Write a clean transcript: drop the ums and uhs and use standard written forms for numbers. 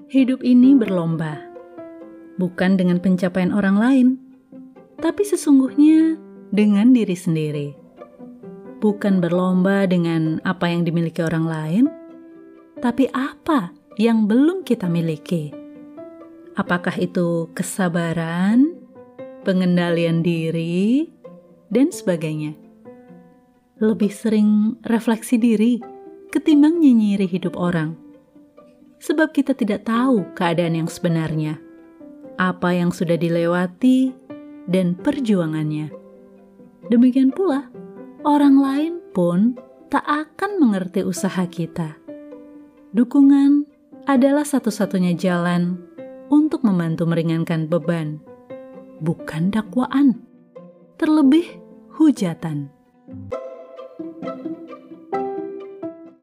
Hidup ini berlomba, bukan dengan pencapaian orang lain, tapi sesungguhnya dengan diri sendiri. Bukan berlomba dengan apa yang dimiliki orang lain, tapi apa yang belum kita miliki. Apakah itu kesabaran, pengendalian diri, dan sebagainya. Lebih sering refleksi diri ketimbang nyinyiri hidup orang. Sebab kita tidak tahu keadaan yang sebenarnya, apa yang sudah dilewati, dan perjuangannya. Demikian pula, orang lain pun tak akan mengerti usaha kita. Dukungan adalah satu-satunya jalan untuk membantu meringankan beban, bukan dakwaan, terlebih hujatan.